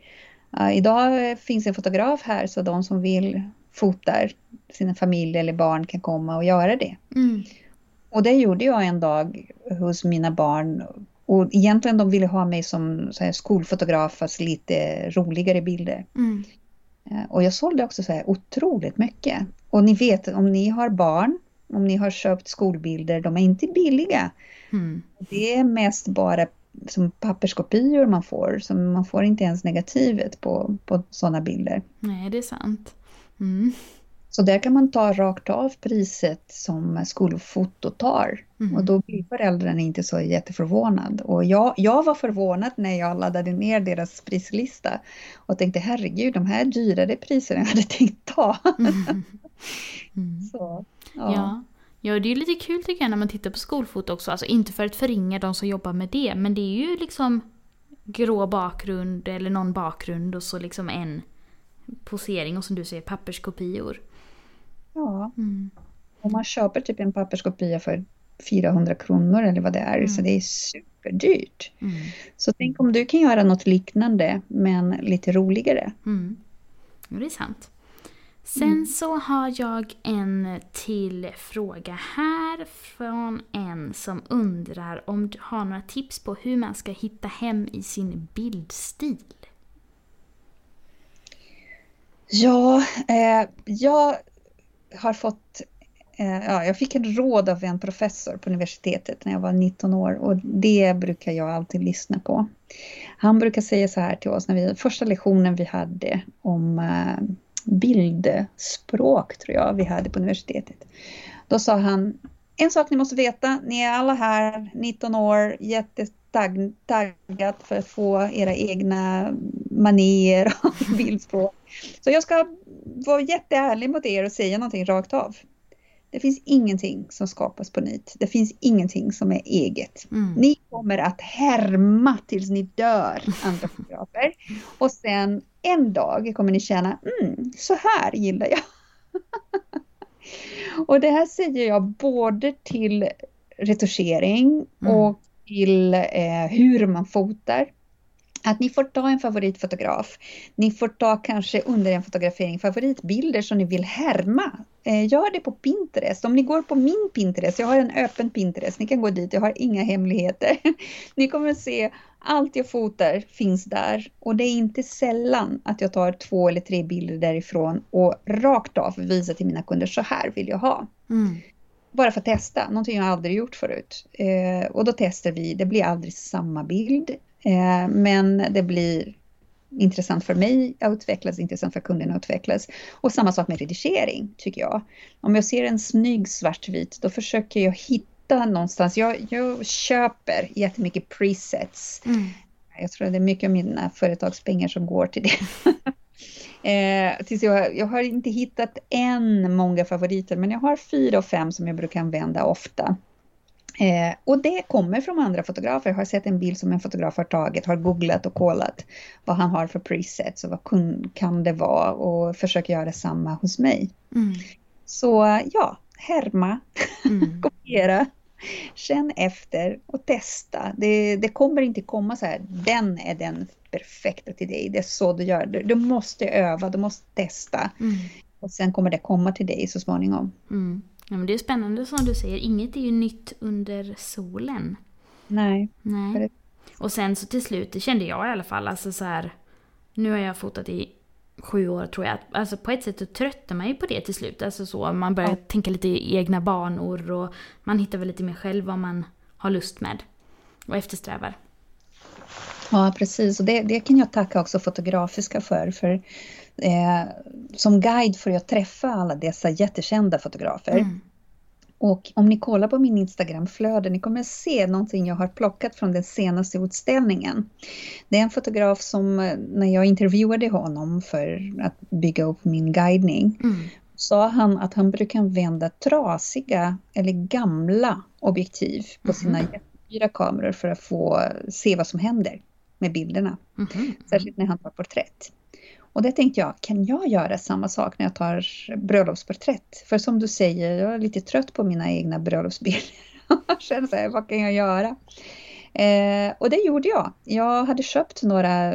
idag finns en fotograf här, så de som vill fotar sina familj eller barn kan komma och göra det. Mm. Och det gjorde jag en dag hos mina barn. Och egentligen de ville ha mig som så här, skolfotograf, fast lite roligare bilder. Mm. Och jag sålde också så här otroligt mycket. Och ni vet, om ni har barn, om ni har köpt skolbilder, de är inte billiga. Mm. Det är mest bara som papperskopior man får. Så man får inte ens negativet på, på sådana bilder. Nej, det är sant. Mm. Så där kan man ta rakt av priset som skolfoto tar. Mm. Och då blir föräldrarna inte så jätteförvånad. Och jag, jag var förvånad när jag laddade ner deras prislista. Och tänkte, herregud, de här dyrare priserna jag hade tänkt ta. Mm. Mm. Så, ja. ja. Ja, det är ju lite kul tycker jag när man tittar på skolfoto också. Alltså inte för att förringa de som jobbar med det. Men det är ju liksom grå bakgrund eller någon bakgrund och så liksom en posering och som du säger papperskopior. Ja, mm. och man köper typ en papperskopia för fyrahundra kronor eller vad det är. Mm. Så det är superdyrt. Mm. Så tänk om du kan göra något liknande men lite roligare. Mm. Det är sant. Sen mm. så har jag en till fråga här från en som undrar om du har några tips på hur man ska hitta hem i sin bildstil. Ja, eh, jag har fått, eh, ja, jag fick en råd av en professor på universitetet när jag var nitton år och det brukar jag alltid lyssna på. Han brukar säga så här till oss när vi, första lektionen vi hade om eh, bildspråk tror jag vi hade på universitetet. Då sa han, en sak ni måste veta, ni är alla här nitton år, jättetaggat för att få era egna manier och bildspråk. Så jag ska vara jätteärlig mot er och säga någonting rakt av. Det finns ingenting som skapas på nit. Det finns ingenting som är eget. Mm. Ni kommer att härma tills ni dör, andra fotografer. Och sen en dag kommer ni känna, mm, så här gillar jag. Och det här säger jag både till retuschering mm. och till eh, hur man fotar. Att ni får ta en favoritfotograf. Ni får ta kanske under en fotografering favoritbilder som ni vill härma. Eh, gör det på Pinterest. Om ni går på min Pinterest, jag har en öppen Pinterest. Ni kan gå dit, jag har inga hemligheter. Ni kommer att se allt jag fotar finns där. Och det är inte sällan att jag tar två eller tre bilder därifrån och rakt av visar till mina kunder, så här vill jag ha. Mm. Bara för att testa, någonting jag aldrig gjort förut. Eh, och då testar vi, det blir aldrig samma bild. Eh, men det blir intressant för mig att utvecklas, intressant för kunderna att utvecklas. Och samma sak med redigering tycker jag. Om jag ser en snygg svartvit, då försöker jag hitta någonstans. Jag, jag köper jättemycket presets. Mm. Jag tror att det är mycket av mina företagspengar som går till det. eh, tills jag, jag har inte hittat än många favoriter, men jag har fyra och fem som jag brukar använda ofta. Eh, och det kommer från andra fotografer. Jag har sett en bild som en fotograf har tagit, har googlat och kollat vad han har för presets och vad kun, kan det vara, och försöker göra samma hos mig. Mm. Så ja, härma, mm. kopiera, känn efter och testa. Det, det kommer inte komma så här, den är den perfekta till dig, det är så du gör. Du, du måste öva, du måste testa. Mm. Och sen kommer det komma till dig så småningom. Mm. Ja, men det är spännande som du säger. Inget är ju nytt under solen. Nej. Nej. Och sen så till slut, det kände jag i alla fall. Alltså så här, nu har jag fotat i sju år tror jag. Alltså på ett sätt så tröttar man ju på det till slut. Alltså så, man börjar ja. tänka lite i egna banor. Och man hittar väl lite mer själv vad man har lust med. Och eftersträvar. Ja, precis. Och det, det kan jag tacka också Fotografiska för. För eh, som guide får jag träffa alla dessa jättekända fotografer. Mm. Och om ni kollar på min Instagram-flöde, ni kommer se någonting jag har plockat från den senaste utställningen. Det är en fotograf som, när jag intervjuade honom för att bygga upp min guidning, mm. sa han att han brukar använda trasiga eller gamla objektiv på sina mm. jättedyra kameror för att få se vad som händer med bilderna. Mm. Särskilt när han tar porträtt. Och det tänkte jag, kan jag göra samma sak när jag tar bröllopsporträtt? För som du säger, jag är lite trött på mina egna bröllopsbilder. Jag känner så här, vad kan jag göra? Eh, och det gjorde jag. Jag hade köpt några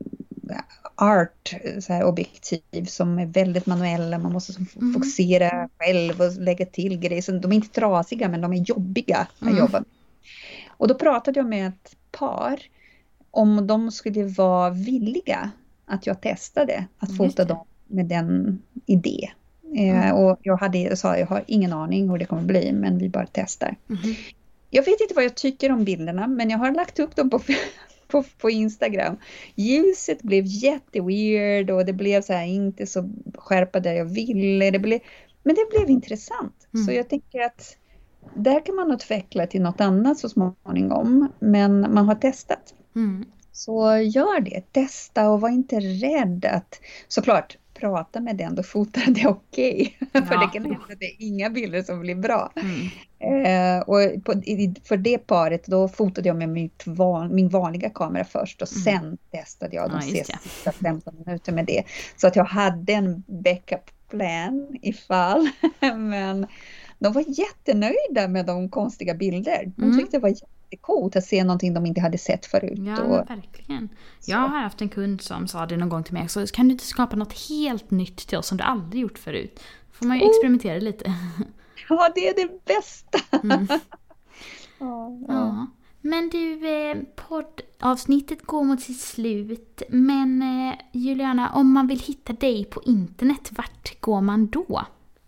art så här, objektiv som är väldigt manuella. Man måste mm. fokusera själv och lägga till grejer. Så de är inte trasiga, men de är jobbiga att mm. jobba med. Och då pratade jag med ett par om de skulle vara villiga att jag testade att fota dem med den idé. Mm. Eh, och jag, hade, jag sa jag har ingen aning hur det kommer bli, men vi bara testar. Mm. Jag vet inte vad jag tycker om bilderna, men jag har lagt upp dem på, på, på Instagram. Ljuset blev jätteweird och det blev så här inte så skärpa där jag ville. Det blev, men det blev intressant. Mm. Så jag tänker att där kan man utveckla till något annat så småningom, men man har testat. Mm. Så gör det, testa och var inte rädd att, såklart, prata med den, då fotar det okej. Okay. Ja. För det kan hända att det är inga bilder som blir bra. Mm. Eh, och på, i, för det paret, då fotade jag med mitt van, min vanliga kamera först och mm. sen testade jag de ja, sista femton minuter med det. Så att jag hade en backup plan ifall, men de var jättenöjda med de konstiga bilder. De tyckte mm. det var jättekort att se någonting de inte hade sett förut. Ja, och... verkligen. Jag har haft en kund som sa det någon gång till mig. Så kan du inte skapa något helt nytt till oss som du aldrig gjort förut? Får man ju oh. experimentera lite. Ja, det är det bästa. Mm. ja, ja. ja. Men du, poddavsnittet går mot sitt slut. Men Juliana, om man vill hitta dig på internet, vart går man då?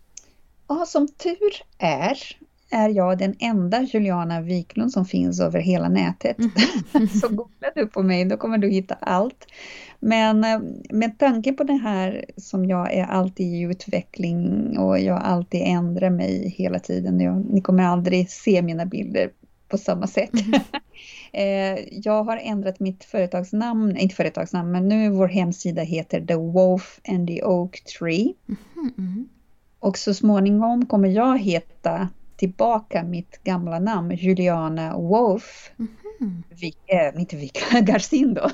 Ja, som tur är, är jag den enda Juliana Wiklund som finns över hela nätet. Mm. Så googlar du på mig, då kommer du hitta allt. Men med tanke på det här som jag är alltid i utveckling och jag alltid ändrar mig hela tiden. Jag, ni kommer aldrig se mina bilder på samma sätt. Mm. Jag har ändrat mitt företagsnamn, inte företagsnamn, men nu vår hemsida heter The Wolf and the Oak Tree. Mm. Mm. Och så småningom kommer jag heta tillbaka mitt gamla namn, Juliana Wolf. Mm-hmm. Vi, äh, inte Vika, Garcindo.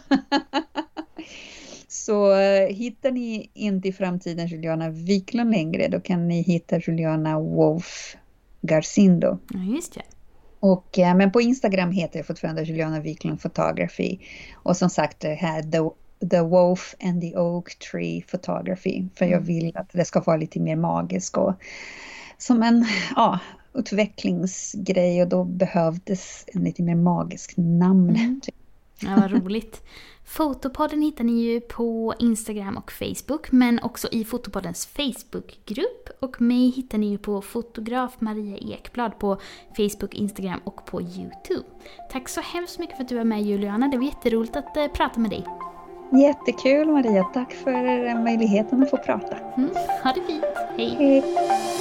Så äh, hittar ni inte i framtiden Juliana Wiklund längre, då kan ni hitta Juliana Wolf Garcindo. Ja, just det. Och, äh, men på Instagram heter jag fortfarande Juliana Wiklund Photography. Och som sagt, det här The The Wolf and the Oak Tree Photography. För jag vill att det ska vara lite mer magisk och som en ja, utvecklingsgrej. Och då behövdes en lite mer magisk namn. Mm. Ja, vad roligt. Fotopodden hittar ni ju på Instagram och Facebook. Men också i Fotopoddens Facebookgrupp. Och mig hittar ni ju på fotograf Maria Ekblad på Facebook, Instagram och på YouTube. Tack så hemskt mycket för att du var med, Juliana. Det var jätteroligt att uh, prata med dig. Jättekul Maria, tack för möjligheten att få prata. Mm, ha det fint, hej! Hej.